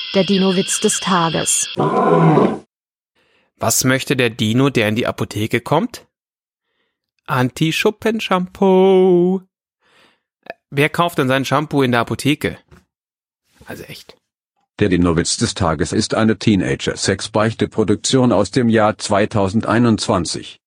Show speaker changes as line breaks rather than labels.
Der Dino-Witz des Tages.
Was möchte der Dino, der in die Apotheke kommt? Anti-Schuppen-Shampoo. Wer kauft denn sein Shampoo in der Apotheke? Also echt.
Der Dino-Witz des Tages ist eine Teenager-Sex-Beichte-Produktion aus dem Jahr 2021.